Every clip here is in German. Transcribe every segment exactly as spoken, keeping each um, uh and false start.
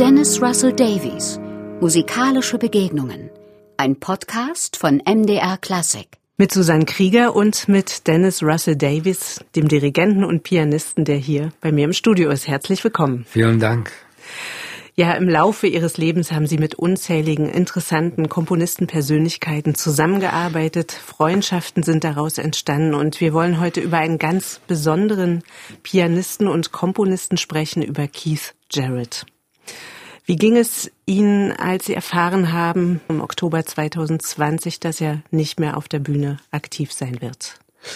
Dennis Russell Davies. Musikalische Begegnungen. Ein Podcast von M D R Klassik. Mit Susanne Krieger und mit Dennis Russell Davies, dem Dirigenten und Pianisten, der hier bei mir im Studio ist. Herzlich willkommen. Vielen Dank. Ja, im Laufe Ihres Lebens haben Sie mit unzähligen interessanten Komponistenpersönlichkeiten zusammengearbeitet. Freundschaften sind daraus entstanden und wir wollen heute über einen ganz besonderen Pianisten und Komponisten sprechen, über Keith Jarrett. Wie ging es Ihnen, als Sie erfahren haben, im Oktober zweitausendzwanzig, dass er nicht mehr auf der Bühne aktiv sein wird?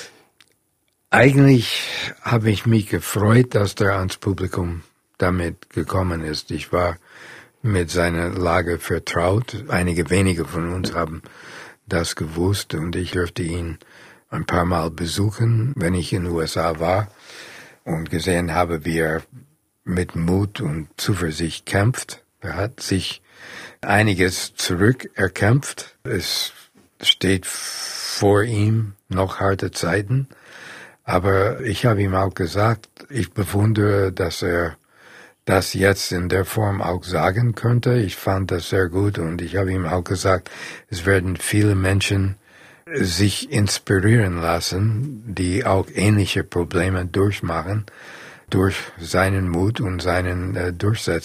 Eigentlich habe ich mich gefreut, dass der ans Publikum damit gekommen ist. Ich war mit seiner Lage vertraut. Einige wenige von uns haben das gewusst und ich durfte ihn ein paar Mal besuchen, wenn ich in den U S A war und gesehen habe, wie er mit Mut und Zuversicht kämpft. Er hat sich einiges zurückerkämpft. Es steht vor ihm noch harte Zeiten. Aber ich habe ihm auch gesagt, ich bewundere, dass er das jetzt in der Form auch sagen könnte. Ich fand das sehr gut und ich habe ihm auch gesagt, es werden viele Menschen sich inspirieren lassen, die auch ähnliche Probleme durchmachen, durch seinen Mut und seinen äh,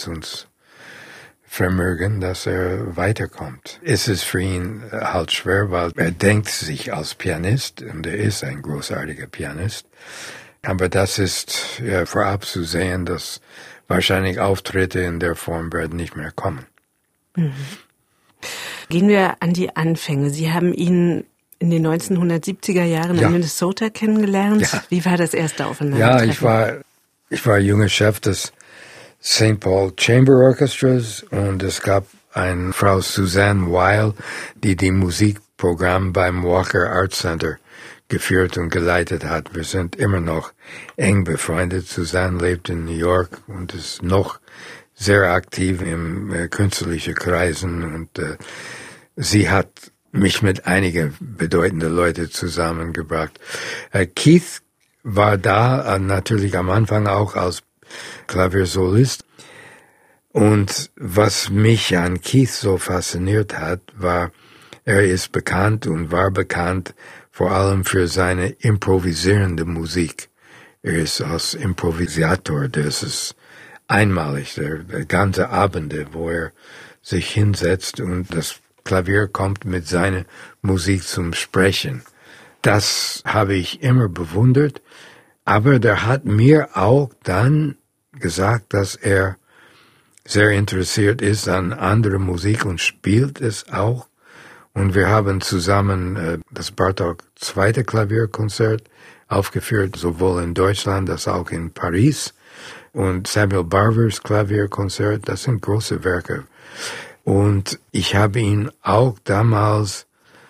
Durchsetzungsvermögen, dass er weiterkommt. Es ist für ihn halt schwer, weil er denkt sich als Pianist und er ist ein großartiger Pianist. Aber das ist ja, vorab zu sehen, dass wahrscheinlich Auftritte in der Form werden nicht mehr kommen. Mhm. Gehen wir an die Anfänge. Sie haben ihn in den neunzehnhundertsiebziger Jahren ja. in Minnesota kennengelernt. Ja. Wie war das erste Aufeinandertreffen? Ja, ich war, ich war junger Chef des Saint Paul Chamber Orchestras und es gab eine Frau Suzanne Weil, die die Musikprogramm beim Walker Art Center geführt und geleitet hat. Wir sind immer noch eng befreundet. Susanne lebt in New York und ist noch sehr aktiv in äh, künstlerischen Kreisen und äh, sie hat mich mit einigen bedeutenden Leuten zusammengebracht. Äh, Keith war da äh, natürlich am Anfang auch als Klaviersolist und was mich an Keith so fasziniert hat, war, er ist bekannt und war bekannt vor allem für seine improvisierende Musik. Er ist als Improvisator, das ist einmalig, der, der ganze Abende, wo er sich hinsetzt und das Klavier kommt mit seiner Musik zum Sprechen. Das habe ich immer bewundert, aber der hat mir auch dann gesagt, dass er sehr interessiert ist an anderer Musik und spielt es auch. Und wir haben zusammen äh, das Bartók zweite Klavierkonzert aufgeführt, sowohl in Deutschland als auch in Paris. Und Samuel Barber's Klavierkonzert, das sind große Werke. Und ich habe ihn auch damals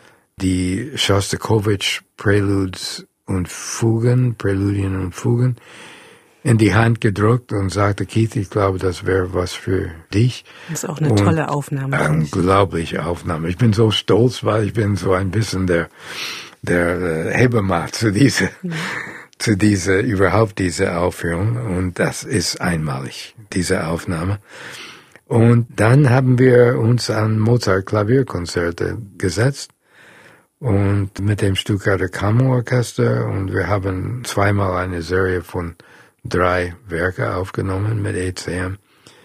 die Schostakowitsch Preludes und Fugen, Präludien und Fugen, in die Hand gedrückt und sagte, Keith, ich glaube, das wäre was für dich. Das ist auch eine und tolle Aufnahme. Unglaubliche Aufnahme. Ich bin so stolz, weil ich bin so ein bisschen der, der äh, Hebemat zu dieser, ja. zu dieser, überhaupt diese Aufführung. Und das ist einmalig, diese Aufnahme. Und dann haben wir uns an Mozart-Klavierkonzerte gesetzt und mit dem Stuttgarter Kammerorchester und wir haben zweimal eine Serie von drei Werke aufgenommen mit E C M.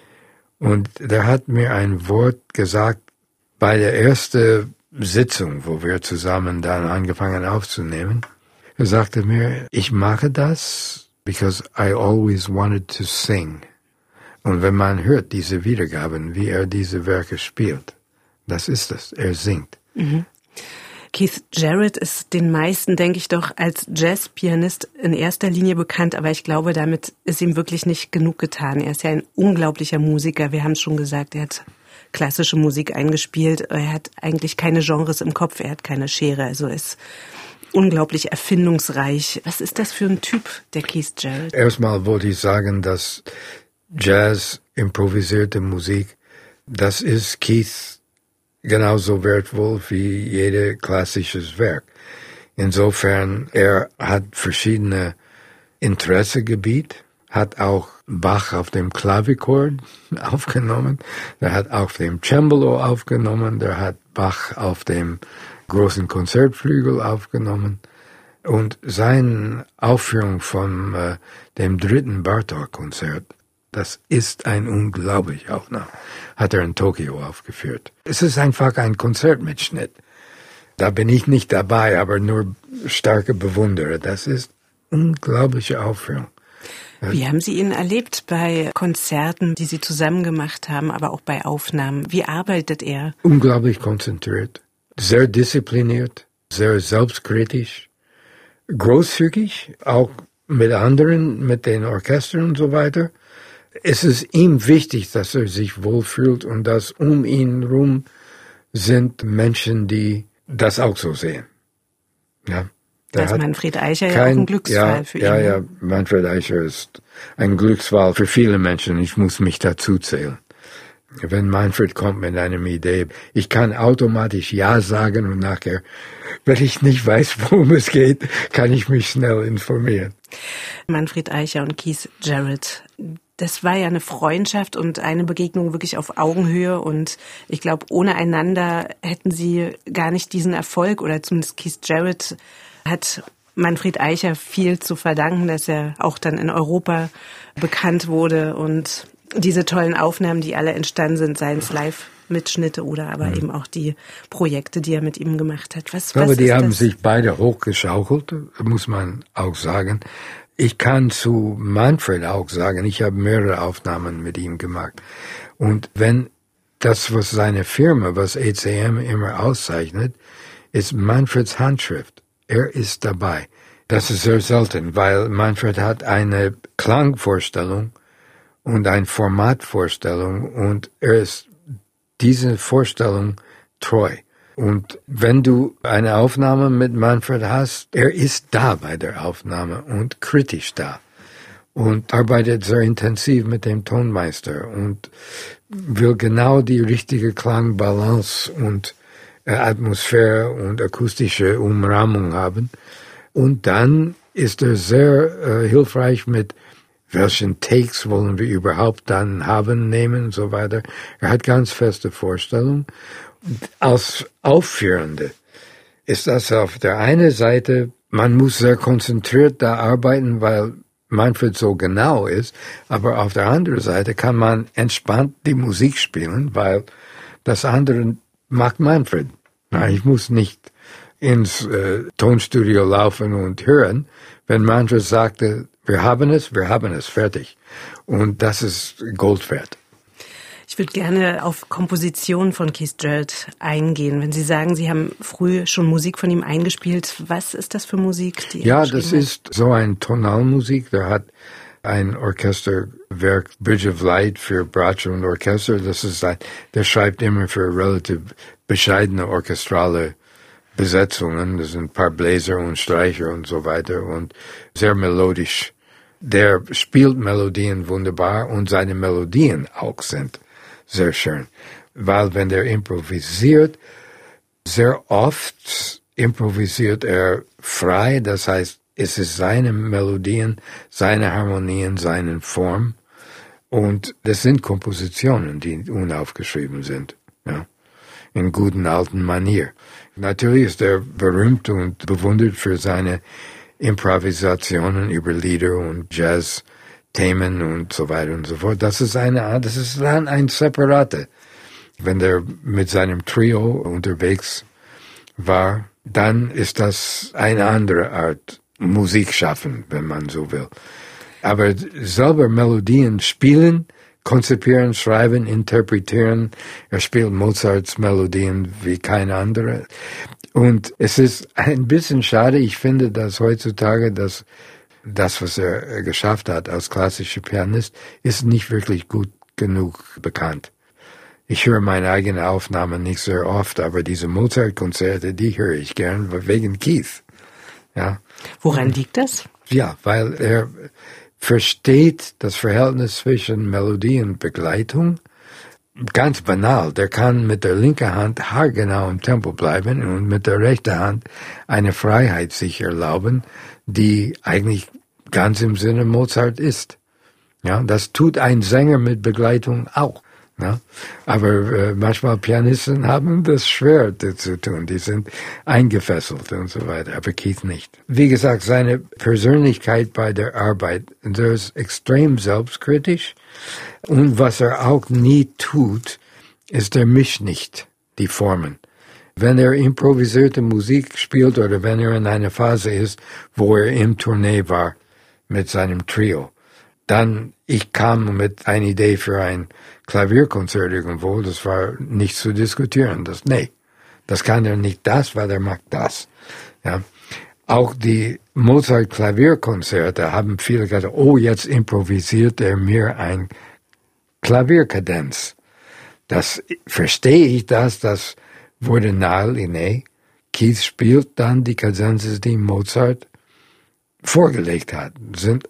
Und der hat mir ein Wort gesagt bei der ersten Sitzung, wo wir zusammen dann angefangen aufzunehmen. Er sagte mir, ich mache das, because I always wanted to sing. Und wenn man hört diese Wiedergaben, wie er diese Werke spielt, das ist es, er singt. Mhm. Keith Jarrett ist den meisten, denke ich doch, als Jazzpianist in erster Linie bekannt, aber ich glaube, damit ist ihm wirklich nicht genug getan. Er ist ja ein unglaublicher Musiker, wir haben es schon gesagt, er hat klassische Musik eingespielt, er hat eigentlich keine Genres im Kopf, er hat keine Schere, also er ist unglaublich erfindungsreich. Was ist das für ein Typ, der Keith Jarrett? Erstmal wollte ich sagen, dass Jazz, improvisierte Musik, das ist Keith genauso wertvoll wie jedes klassisches Werk. Insofern, er hat verschiedene Interessegebiete hat auch Bach auf dem Klavichord aufgenommen, der hat auf dem Cembalo aufgenommen, der hat Bach auf dem großen Konzertflügel aufgenommen. Und seine Aufführung von äh, dem dritten Bartók-Konzert, das ist ein unglaublich Aufnahme, hat er in Tokio aufgeführt. Es ist einfach ein Konzertmitschnitt. Da bin ich nicht dabei, aber nur starke Bewunderer. Das ist unglaubliche Aufführung. Wie haben Sie ihn erlebt bei Konzerten, die Sie zusammen gemacht haben, aber auch bei Aufnahmen? Wie arbeitet er? Unglaublich konzentriert, sehr diszipliniert, sehr selbstkritisch, großzügig, auch mit anderen, mit den Orchestern und so weiter. Es ist ihm wichtig, dass er sich wohlfühlt und dass um ihn rum sind Menschen, die das auch so sehen. Ja. Da ist Manfred Eicher ja auch ein Glücksfall ja, für ja, ihn. Ja, ja, Manfred Eicher ist ein Glücksfall für viele Menschen. Ich muss mich dazu zählen. Wenn Manfred kommt mit einer Idee, ich kann automatisch Ja sagen und nachher, wenn ich nicht weiß, worum es geht, kann ich mich schnell informieren. Manfred Eicher und Keith Jarrett, das war ja eine Freundschaft und eine Begegnung wirklich auf Augenhöhe und ich glaube, ohne einander hätten sie gar nicht diesen Erfolg oder zumindest Keith Jarrett hat Manfred Eicher viel zu verdanken, dass er auch dann in Europa bekannt wurde und diese tollen Aufnahmen, die alle entstanden sind, seien es Live-Mitschnitte oder aber mhm. eben auch die Projekte, die er mit ihm gemacht hat. Was, ich glaube, was die ist haben das? sich beide hochgeschaukelt, muss man auch sagen. Ich kann zu Manfred auch sagen, ich habe mehrere Aufnahmen mit ihm gemacht. Und wenn das, was seine Firma, was E C M immer auszeichnet, ist Manfreds Handschrift. Er ist dabei. Das ist sehr selten, weil Manfred hat eine Klangvorstellung und eine Formatvorstellung und er ist diese Vorstellung treu. Und wenn du eine Aufnahme mit Manfred hast, er ist da bei der Aufnahme und kritisch da und arbeitet sehr intensiv mit dem Tonmeister und will genau die richtige Klangbalance und Atmosphäre und akustische Umrahmung haben. Und dann ist er sehr äh, hilfreich mit, welchen Takes wollen wir überhaupt dann haben, nehmen und so weiter. Er hat ganz feste Vorstellungen. Als Aufführende ist das auf der einen Seite, man muss sehr konzentriert da arbeiten, weil Manfred so genau ist, aber auf der anderen Seite kann man entspannt die Musik spielen, weil das andere macht Manfred. Na, ich muss nicht ins äh, Tonstudio laufen und hören. Wenn Manfred sagte, wir haben es, wir haben es, fertig. Und das ist Gold wert. Ich würde gerne auf Kompositionen von Keith Jarrett eingehen. Wenn Sie sagen, Sie haben früh schon Musik von ihm eingespielt, was ist das für Musik? Die ja, das ist so ein Tonalmusik. Der hat ein Orchesterwerk, Bridge of Light für Bratsche und Orchester. Das ist ein, der schreibt immer für relativ bescheidene orchestrale Besetzungen. Das sind ein paar Bläser und Streicher und so weiter und sehr melodisch. Der spielt Melodien wunderbar und seine Melodien auch sind sehr schön. Weil wenn der improvisiert, sehr oft improvisiert er frei, das heißt, es ist seine Melodien, seine Harmonien, seine Form. Und das sind Kompositionen, die unaufgeschrieben sind, ja, in guten alten Manier. Natürlich ist er berühmt und bewundert für seine Improvisationen über Lieder und Jazz-Themen und so weiter und so fort. Das ist eine, das ist dann ein Separate. Wenn der mit seinem Trio unterwegs war, dann ist das eine andere Art Musik schaffen, wenn man so will. Aber selber Melodien spielen, konzipieren, schreiben, interpretieren. Er spielt Mozarts Melodien wie kein anderer. Und es ist ein bisschen schade, ich finde, dass heutzutage das, das, was er geschafft hat als klassischer Pianist, ist nicht wirklich gut genug bekannt. Ich höre meine eigenen Aufnahmen nicht sehr oft, aber diese Mozart-Konzerte, die höre ich gern wegen Keith. Ja. Woran liegt das? Ja, weil er versteht das Verhältnis zwischen Melodie und Begleitung. Ganz banal, der kann mit der linken Hand haargenau im Tempo bleiben und mit der rechten Hand eine Freiheit sich erlauben, die eigentlich ganz im Sinne Mozart ist. Ja, das tut ein Sänger mit Begleitung auch. Ja, aber äh, manchmal Pianisten haben das schwer das zu tun. Die sind eingefesselt und so weiter. Aber Keith nicht. Wie gesagt, seine Persönlichkeit bei der Arbeit, der ist extrem selbstkritisch. Und was er auch nie tut, ist, er mischt nicht die Formen. Wenn er improvisierte Musik spielt oder wenn er in einer Phase ist, wo er im Tournee war mit seinem Trio, dann, ich kam mit einer Idee für ein Klavierkonzert irgendwo, das war nicht zu diskutieren. Das, nee, das kann er nicht das, weil er macht das. Ja. Auch die Mozart-Klavierkonzerte haben viele gesagt, oh, jetzt improvisiert er mir ein Klavierkadenz. Das verstehe ich, das, das wurde naheliegend. Keith spielt dann die Kadenzen, die Mozart vorgelegt hat, sind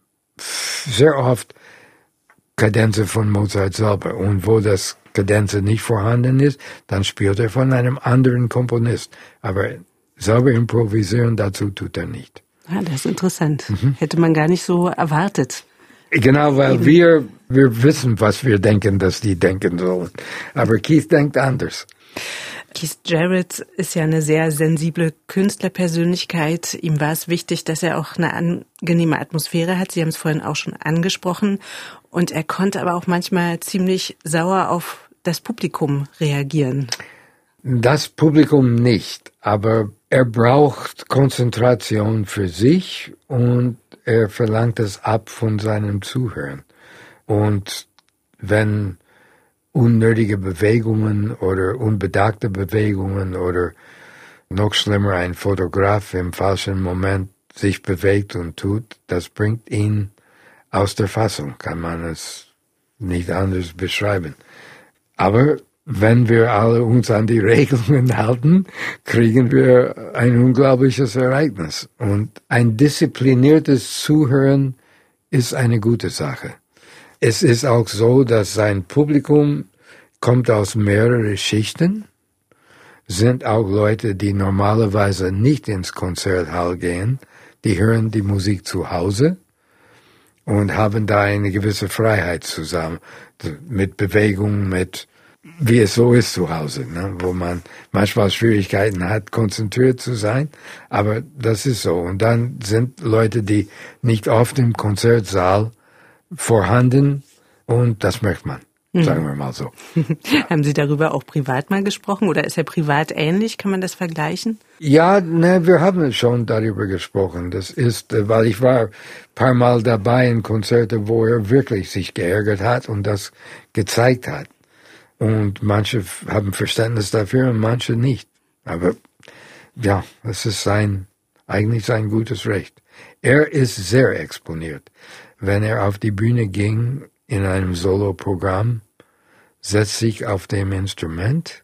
sehr oft Kadenzen von Mozart selber. Und wo das Kadenze nicht vorhanden ist, dann spielt er von einem anderen Komponist. Aber selber improvisieren, dazu tut er nicht. Ah, das ist interessant. Mhm. Hätte man gar nicht so erwartet. Genau, weil Eben. wir wir wissen, was wir denken, dass die denken sollen. Aber Keith denkt anders. Keith Jarrett ist ja eine sehr sensible Künstlerpersönlichkeit. Ihm war es wichtig, dass er auch eine angenehme Atmosphäre hat. Sie haben es vorhin auch schon angesprochen. Und er konnte aber auch manchmal ziemlich sauer auf das Publikum reagieren. Das Publikum nicht, aber er braucht Konzentration für sich und er verlangt es ab von seinem Zuhören. Und wenn unnötige Bewegungen oder unbedachte Bewegungen oder noch schlimmer ein Fotograf im falschen Moment sich bewegt und tut, das bringt ihn aus der Fassung, kann man es nicht anders beschreiben. Aber wenn wir alle uns an die Regelungen halten, kriegen wir ein unglaubliches Ereignis. Und ein diszipliniertes Zuhören ist eine gute Sache. Es ist auch so, dass sein Publikum kommt aus mehreren Schichten, sind auch Leute, die normalerweise nicht ins Konzerthall gehen, die hören die Musik zu Hause und haben da eine gewisse Freiheit zusammen, mit Bewegung, mit wie es so ist zu Hause, ne, wo man manchmal Schwierigkeiten hat, konzentriert zu sein, aber das ist so. Und dann sind Leute, die nicht oft im Konzertsaal vorhanden und das möchte man, mhm. sagen wir mal so. Haben Sie darüber auch privat mal gesprochen oder ist er privat ähnlich? Kann man das vergleichen? Ja, ne, wir haben schon darüber gesprochen. Das ist, weil ich war ein paar Mal dabei in Konzerten, wo er wirklich sich geärgert hat und das gezeigt hat. Und manche haben Verständnis dafür und manche nicht. Aber ja, es ist sein, eigentlich sein gutes Recht. Er ist sehr exponiert. Wenn er auf die Bühne ging in einem Solo-Programm, setzt sich auf dem Instrument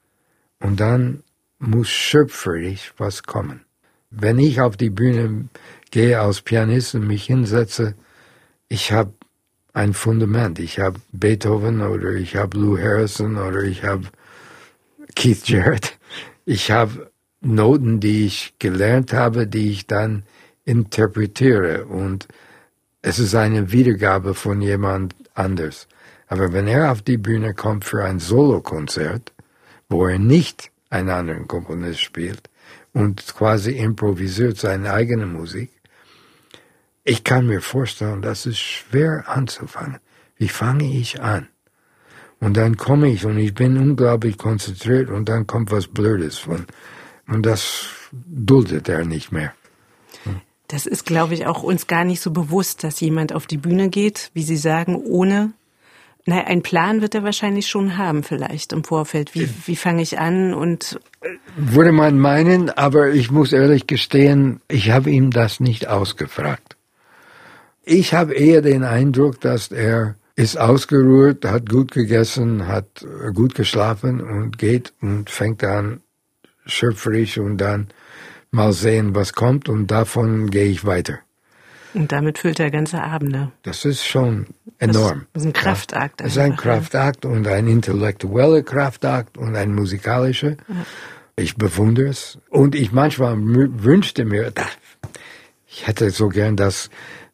und dann muss schöpferisch was kommen. Wenn ich auf die Bühne gehe als Pianist und mich hinsetze, ich habe ein Fundament. Ich habe Beethoven oder ich habe Lou Harrison oder ich habe Keith Jarrett. Ich habe Noten, die ich gelernt habe, die ich dann interpretiere und es ist eine Wiedergabe von jemand anders. Aber wenn er auf die Bühne kommt für ein Solokonzert, wo er nicht einen anderen Komponist spielt und quasi improvisiert seine eigene Musik, ich kann mir vorstellen, das ist schwer anzufangen. Wie fange ich an? Und dann komme ich und ich bin unglaublich konzentriert und dann kommt was Blödes von. Und das duldet er nicht mehr. Das ist, glaube ich, auch uns gar nicht so bewusst, dass jemand auf die Bühne geht, wie Sie sagen, ohne, naja, einen Plan wird er wahrscheinlich schon haben vielleicht im Vorfeld. Wie, wie fange ich an und... Würde man meinen, aber ich muss ehrlich gestehen, ich habe ihm das nicht ausgefragt. Ich habe eher den Eindruck, dass er ist ausgeruht, hat gut gegessen, hat gut geschlafen und geht und fängt an schöpferisch und dann mal sehen, was kommt und davon gehe ich weiter. Und damit füllt er ganze Abende. Das ist schon enorm. Das ist ein Kraftakt. Es ist ein Kraftakt und ein intellektueller Kraftakt und ein musikalischer. Ja. Ich bewundere es. Und ich manchmal wünschte mir, ich hätte so gern, dass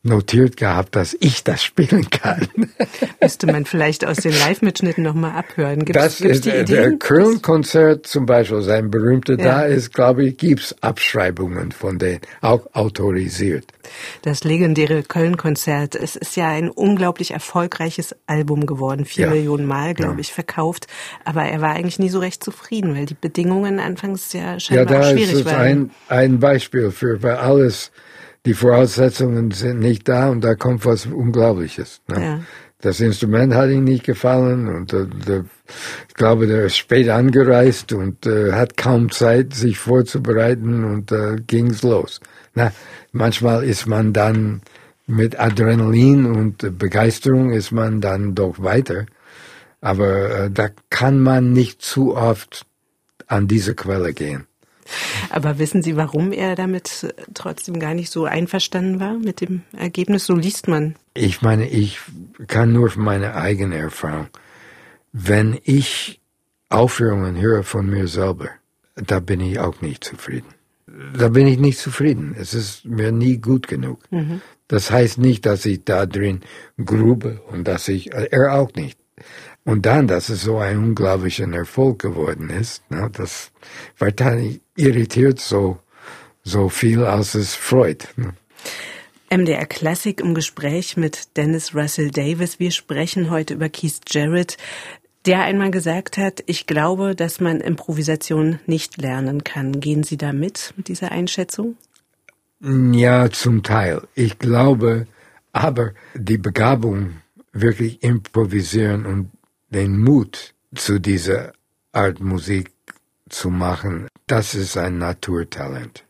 notiert gehabt, dass ich das spielen kann. Müsste man vielleicht aus den Live-Mitschnitten nochmal abhören. Gibt's, das gibt's ist die der Ideen? Köln-Konzert zum Beispiel, sein berühmter, Ja. da ist, glaube ich, gibt's Abschreibungen von denen, auch autorisiert. Das legendäre Köln-Konzert. Es ist ja ein unglaublich erfolgreiches Album geworden. Vier Ja. Millionen Mal, glaube Ja. ich, verkauft. Aber er war eigentlich nie so recht zufrieden, weil die Bedingungen anfangs ja Ja, scheinbar da auch ist schwierig es waren. ein, ein Beispiel für, weil alles, die Voraussetzungen sind nicht da und da kommt was Unglaubliches. Ne? Ja. Das Instrument hat ihm nicht gefallen und äh, der, ich glaube, der ist spät angereist und äh, hat kaum Zeit, sich vorzubereiten und äh, ging's los. Na, manchmal ist man dann mit Adrenalin und äh, Begeisterung ist man dann doch weiter, aber äh, da kann man nicht zu oft an diese Quelle gehen. Aber wissen Sie, warum er damit trotzdem gar nicht so einverstanden war mit dem Ergebnis? So liest man. Ich meine, ich kann nur von meiner eigenen Erfahrung, wenn ich Aufführungen höre von mir selber, da bin ich auch nicht zufrieden. Da bin ich nicht zufrieden. Es ist mir nie gut genug. Mhm. Das heißt nicht, dass ich da drin grube und dass ich, er auch nicht. Und dann, dass es so ein unglaublicher Erfolg geworden ist, ne, das wahrscheinlich irritiert so, so viel, als es freut. Ne. M D R Klassik im Gespräch mit Dennis Russell Davis. Wir sprechen heute über Keith Jarrett, der einmal gesagt hat, ich glaube, dass man Improvisation nicht lernen kann. Gehen Sie da mit, mit dieser Einschätzung? Ja, zum Teil. Ich glaube, aber die Begabung, wirklich improvisieren und den Mut zu dieser Art Musik zu machen, das ist ein Naturtalent.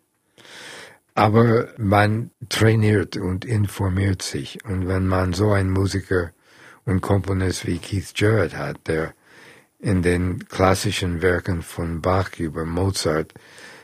Aber man trainiert und informiert sich. Und wenn man so einen Musiker und Komponist wie Keith Jarrett hat, der in den klassischen Werken von Bach über Mozart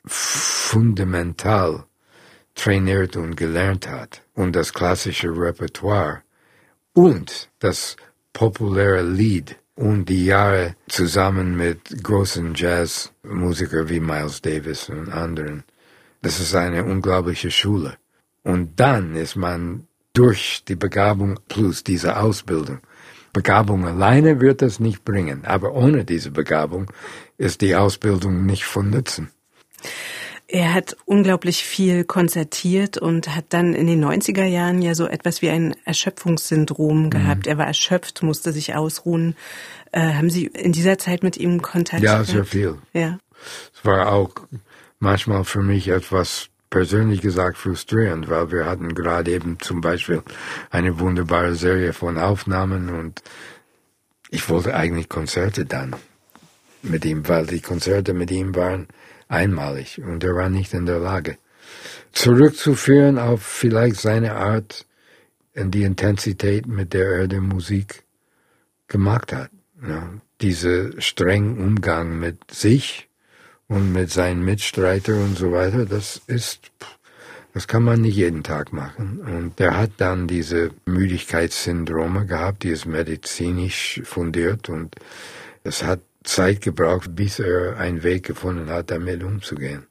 fundamental trainiert und gelernt hat und das klassische Repertoire und das populäre Lied und die Jahre zusammen mit großen Jazzmusikern wie Miles Davis und anderen. Das ist eine unglaubliche Schule. Und dann ist man durch die Begabung plus diese Ausbildung. Begabung alleine wird das nicht bringen, aber ohne diese Begabung ist die Ausbildung nicht von Nutzen. Er hat unglaublich viel konzertiert und hat dann in den neunziger Jahren ja so etwas wie ein Erschöpfungssyndrom gehabt. Mhm. Er war erschöpft, musste sich ausruhen. Äh, haben Sie in dieser Zeit mit ihm Kontakt ja, gehabt? Ja, sehr viel. Ja. Es war auch manchmal für mich etwas, persönlich gesagt, frustrierend, weil wir hatten gerade eben zum Beispiel eine wunderbare Serie von Aufnahmen und ich wollte eigentlich Konzerte dann mit ihm, weil die Konzerte mit ihm waren einmalig und er war nicht in der Lage. Zurückzuführen auf vielleicht seine Art und die Intensität, mit der er die Musik gemacht hat. Ja, dieser strengen Umgang mit sich und mit seinen Mitstreitern und so weiter, das ist, das kann man nicht jeden Tag machen. Und er hat dann diese Müdigkeitssyndrome gehabt, die ist medizinisch fundiert und es hat Zeit gebraucht, bis er einen Weg gefunden hat, damit umzugehen.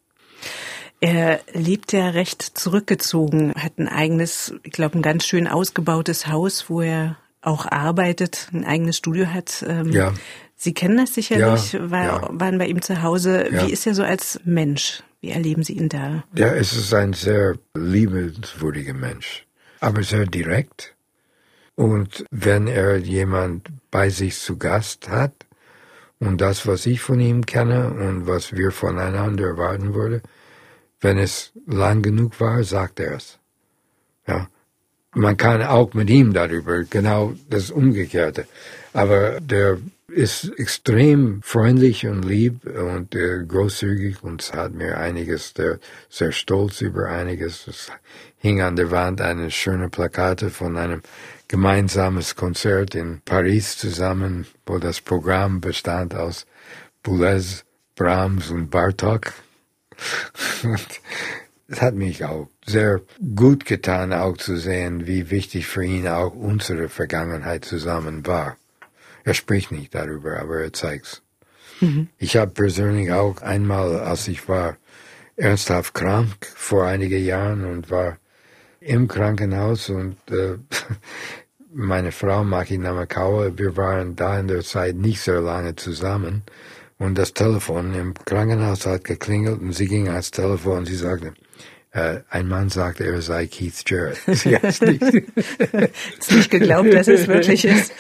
Er lebt ja recht zurückgezogen, hat ein eigenes, ich glaube, ein ganz schön ausgebautes Haus, wo er auch arbeitet, ein eigenes Studio hat. Ja. Sie kennen das sicherlich, ja, war, ja. waren bei ihm zu Hause. Ja. Wie ist er so als Mensch? Wie erleben Sie ihn da? Ja, es ist ein sehr liebenswürdiger Mensch, aber sehr direkt. Und wenn er jemand bei sich zu Gast hat, und das, was ich von ihm kenne und was wir voneinander erwarten würden, wenn es lang genug war, sagt er es. Ja. Man kann auch mit ihm darüber, genau das Umgekehrte. Aber der ist extrem freundlich und lieb und äh, großzügig und es hat mir einiges, der sehr stolz über einiges. Es hing an der Wand eine schöne Plakate von einem gemeinsames Konzert in Paris zusammen, wo das Programm bestand aus Boulez, Brahms und Bartók. Und es hat mich auch sehr gut getan, auch zu sehen, wie wichtig für ihn auch unsere Vergangenheit zusammen war. Er spricht nicht darüber, aber er zeigt's. Mhm. Ich habe persönlich auch einmal, als ich war ernsthaft krank vor einigen Jahren und war im Krankenhaus und äh, meine Frau Maki Namakawa, wir waren da in der Zeit nicht sehr lange zusammen und das Telefon im Krankenhaus hat geklingelt und sie ging ans Telefon und sie sagte, äh, ein Mann sagte, er sei Keith Jarrett. Sie hat es nicht, ist nicht geglaubt, dass es wirklich ist.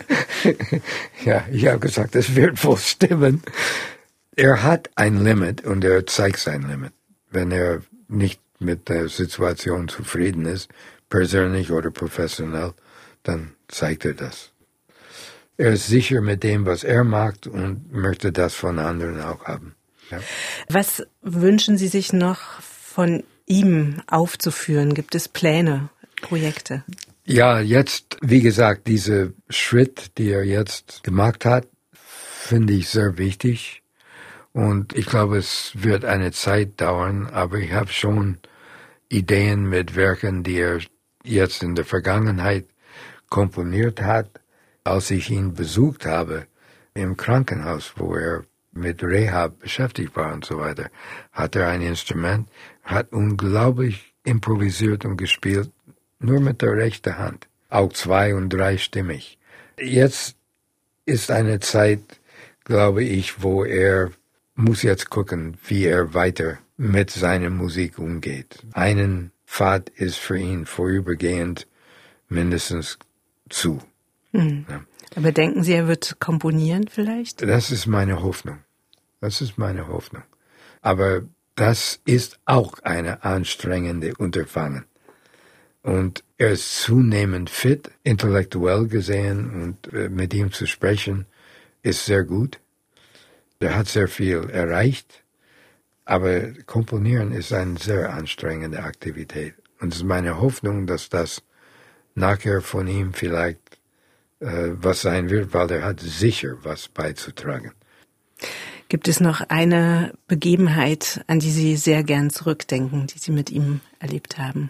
Ja, ich habe gesagt, das wird wohl stimmen. Er hat ein Limit und er zeigt sein Limit. Wenn er nicht mit der Situation zufrieden ist, persönlich oder professionell, dann zeigt er das. Er ist sicher mit dem, was er macht und möchte das von anderen auch haben. Ja. Was wünschen Sie sich noch von ihm aufzuführen? Gibt es Pläne, Projekte? Ja, jetzt, wie gesagt, dieser Schritt, den er jetzt gemacht hat, finde ich sehr wichtig. Und ich glaube, es wird eine Zeit dauern, aber ich habe schon Ideen mit Werken, die er jetzt in der Vergangenheit komponiert hat. Als ich ihn besucht habe im Krankenhaus, wo er mit Rehab beschäftigt war und so weiter, hat er ein Instrument, hat unglaublich improvisiert und gespielt, nur mit der rechten Hand, auch zwei- und dreistimmig. Jetzt ist eine Zeit, glaube ich, wo er muss jetzt gucken, wie er weiter mit seiner Musik umgeht. Einen Pfad ist für ihn vorübergehend mindestens zu. Mhm. Ja. Aber denken Sie, er wird komponieren vielleicht? Das ist meine Hoffnung. Das ist meine Hoffnung. Aber das ist auch eine anstrengende Unterfangen. Und er ist zunehmend fit, intellektuell gesehen, und äh, mit ihm zu sprechen ist sehr gut. Er hat sehr viel erreicht, aber Komponieren ist eine sehr anstrengende Aktivität. Und es ist meine Hoffnung, dass das nachher von ihm vielleicht äh, was sein wird, weil er hat sicher was beizutragen. Gibt es noch eine Begebenheit, an die Sie sehr gern zurückdenken, die Sie mit ihm erlebt haben?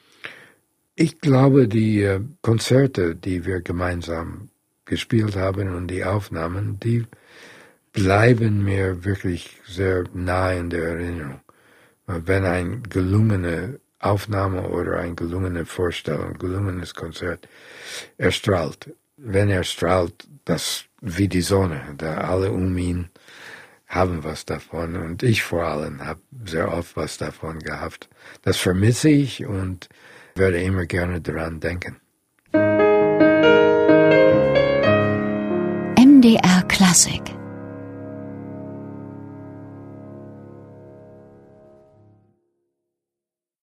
Ich glaube, die äh, Konzerte, die wir gemeinsam gespielt haben und die Aufnahmen, die bleiben mir wirklich sehr nahe in der Erinnerung. Wenn eine gelungene Aufnahme oder eine gelungene Vorstellung, ein gelungenes Konzert, er strahlt. Wenn er strahlt, das wie die Sonne, da alle um ihn haben was davon und ich vor allem habe sehr oft was davon gehabt. Das vermisse ich und werde immer gerne daran denken. M D R Klassik